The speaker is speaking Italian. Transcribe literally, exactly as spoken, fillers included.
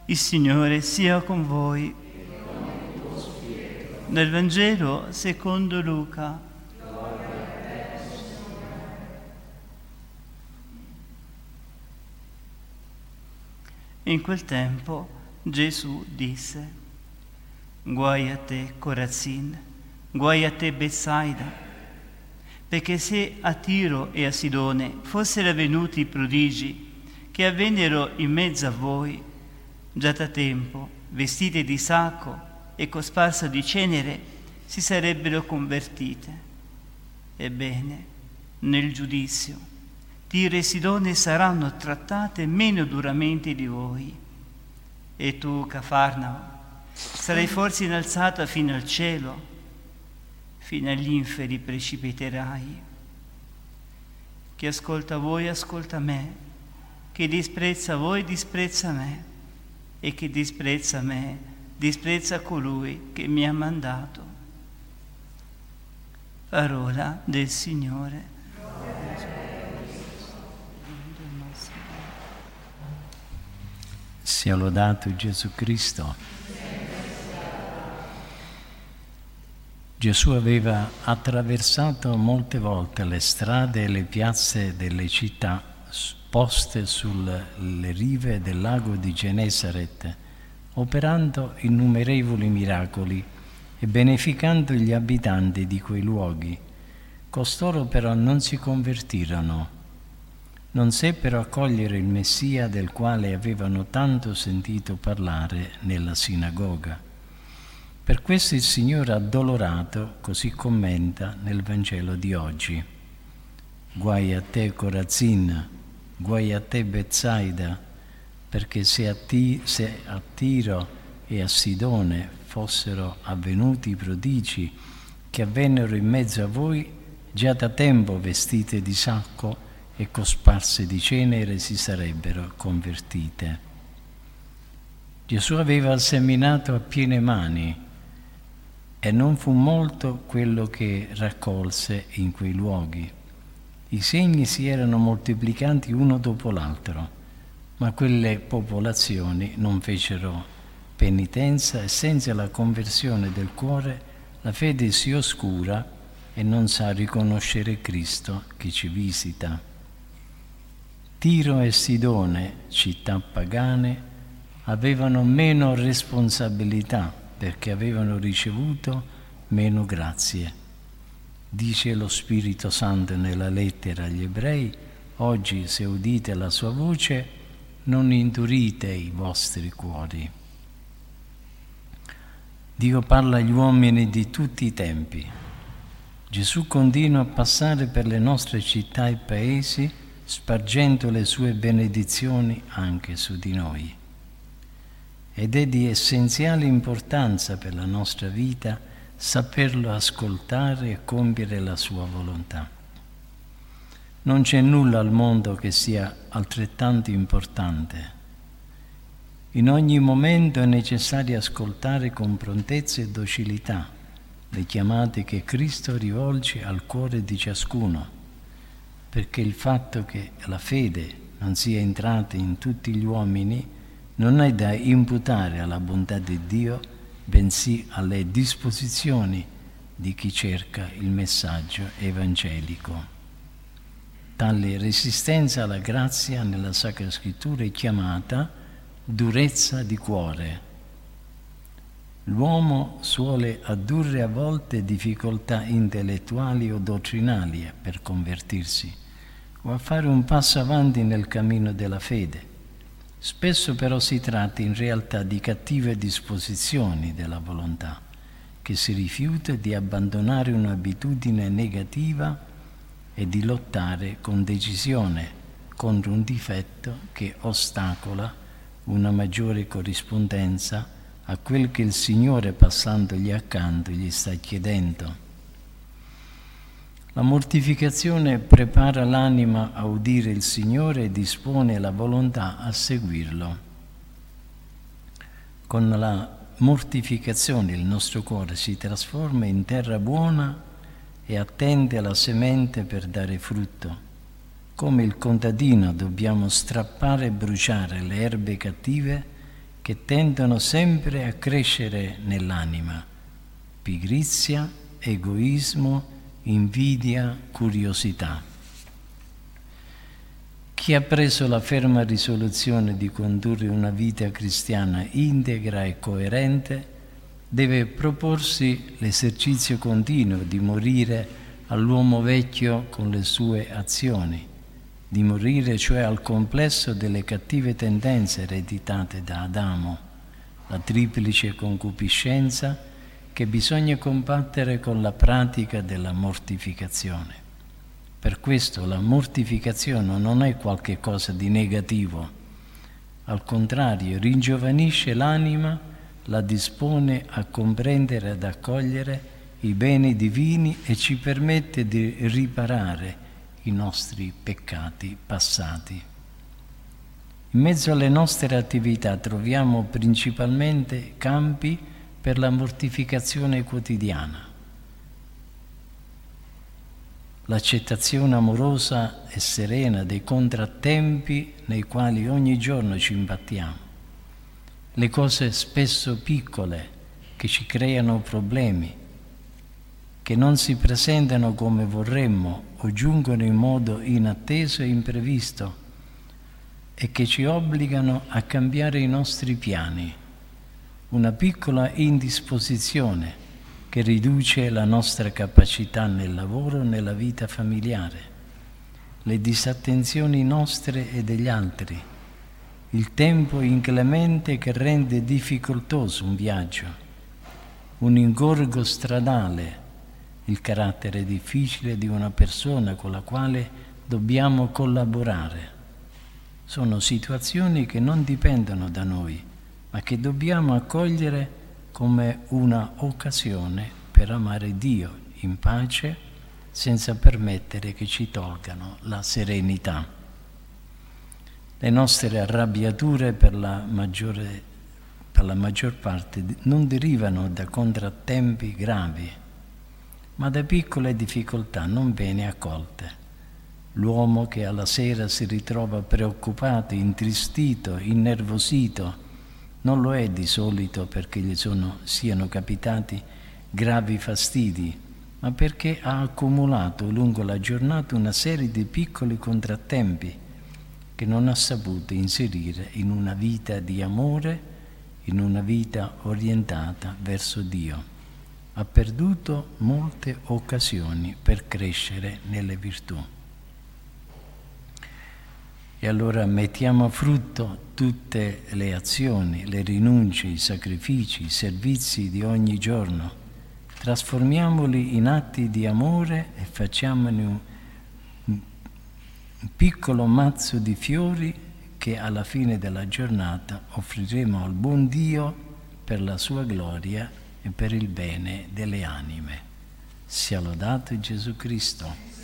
Il Signore sia con voi. Dal Vangelo secondo Luca. In quel tempo Gesù disse: Guai a te, Corazin, guai a te, Betsaida, perché se a Tiro e a Sidone fossero avvenuti i prodigi che avvennero in mezzo a voi, già da tempo, vestite di sacco e cosparse di cenere, si sarebbero convertite. Ebbene, nel giudizio, Tiro e Sidone saranno trattate meno duramente di voi. E tu, Cafarnao, sarai forse innalzata fino al cielo, fino agli inferi precipiterai. Chi ascolta voi ascolta me, chi disprezza voi disprezza me, e chi disprezza me disprezza colui che mi ha mandato. Parola del Signore. Sia lodato Gesù Cristo. Gesù aveva attraversato molte volte le strade e le piazze delle città poste sulle rive del lago di Genesaret, operando innumerevoli miracoli e beneficando gli abitanti di quei luoghi. Costoro però non si convertirono. Non seppero accogliere il Messia del quale avevano tanto sentito parlare nella sinagoga. Per questo il Signore addolorato così commenta nel Vangelo di oggi: Guai a te, Corazin, guai a te, Betsaida, perché se a, ti, se a Tiro e a Sidone fossero avvenuti i prodigi che avvennero in mezzo a voi, già da tempo vestite di sacco e cosparse di cenere si sarebbero convertite. Gesù aveva seminato a piene mani e non fu molto quello che raccolse in quei luoghi. I segni si erano moltiplicati uno dopo l'altro, ma quelle popolazioni non fecero penitenza e senza la conversione del cuore la fede si oscura e non sa riconoscere Cristo che ci visita. Tiro e Sidone, città pagane, avevano meno responsabilità perché avevano ricevuto meno grazie. Dice lo Spirito Santo nella lettera agli Ebrei: oggi, se udite la sua voce, non indurite i vostri cuori. Dio parla agli uomini di tutti i tempi. Gesù continua a passare per le nostre città e paesi, spargendo le sue benedizioni anche su di noi. Ed è di essenziale importanza per la nostra vita saperlo ascoltare e compiere la sua volontà. Non c'è nulla al mondo che sia altrettanto importante. In ogni momento è necessario ascoltare con prontezza e docilità le chiamate che Cristo rivolge al cuore di ciascuno, perché il fatto che la fede non sia entrata in tutti gli uomini non è da imputare alla bontà di Dio, bensì alle disposizioni di chi cerca il messaggio evangelico. Tale resistenza alla grazia nella Sacra Scrittura è chiamata durezza di cuore. L'uomo suole addurre a volte difficoltà intellettuali o dottrinali per convertirsi o a fare un passo avanti nel cammino della fede. Spesso però si tratta in realtà di cattive disposizioni della volontà, che si rifiuta di abbandonare un'abitudine negativa e di lottare con decisione contro un difetto che ostacola una maggiore corrispondenza a quel che il Signore, passandogli accanto, gli sta chiedendo. La mortificazione prepara l'anima a udire il Signore e dispone la volontà a seguirlo. Con la mortificazione il nostro cuore si trasforma in terra buona e attende la semente per dare frutto. Come il contadino dobbiamo strappare e bruciare le erbe cattive che tendono sempre a crescere nell'anima: pigrizia, egoismo, invidia, curiosità. Chi ha preso la ferma risoluzione di condurre una vita cristiana integra e coerente deve proporsi l'esercizio continuo di morire all'uomo vecchio con le sue azioni, di morire cioè al complesso delle cattive tendenze ereditate da Adamo, la triplice concupiscenza che bisogna combattere con la pratica della mortificazione. Per questo la mortificazione non è qualche cosa di negativo, al contrario ringiovanisce l'anima, la dispone a comprendere e ad accogliere i beni divini e ci permette di riparare i nostri peccati passati. In mezzo alle nostre attività troviamo principalmente campi per la mortificazione quotidiana. L'accettazione amorosa e serena dei contrattempi nei quali ogni giorno ci imbattiamo, le cose spesso piccole che ci creano problemi, che non si presentano come vorremmo o giungono in modo inatteso e imprevisto e che ci obbligano a cambiare i nostri piani, una piccola indisposizione che riduce la nostra capacità nel lavoro e nella vita familiare, le disattenzioni nostre e degli altri, il tempo inclemente che rende difficoltoso un viaggio, un ingorgo stradale, il carattere difficile di una persona con la quale dobbiamo collaborare. Sono situazioni che non dipendono da noi, ma che dobbiamo accogliere come una occasione per amare Dio in pace senza permettere che ci tolgano la serenità. Le nostre arrabbiature per la maggiore, per la maggior parte non derivano da contrattempi gravi, ma da piccole difficoltà non bene accolte. L'uomo che alla sera si ritrova preoccupato, intristito, innervosito, non lo è di solito perché gli sono, siano capitati gravi fastidi, ma perché ha accumulato lungo la giornata una serie di piccoli contrattempi che non ha saputo inserire in una vita di amore, in una vita orientata verso Dio. Ha perduto molte occasioni per crescere nelle virtù. E allora mettiamo a frutto tutte le azioni, le rinunce, i sacrifici, i servizi di ogni giorno. Trasformiamoli in atti di amore e facciamone un, un piccolo mazzo di fiori che alla fine della giornata offriremo al buon Dio per la sua gloria e per il bene delle anime. Sia lodato Gesù Cristo.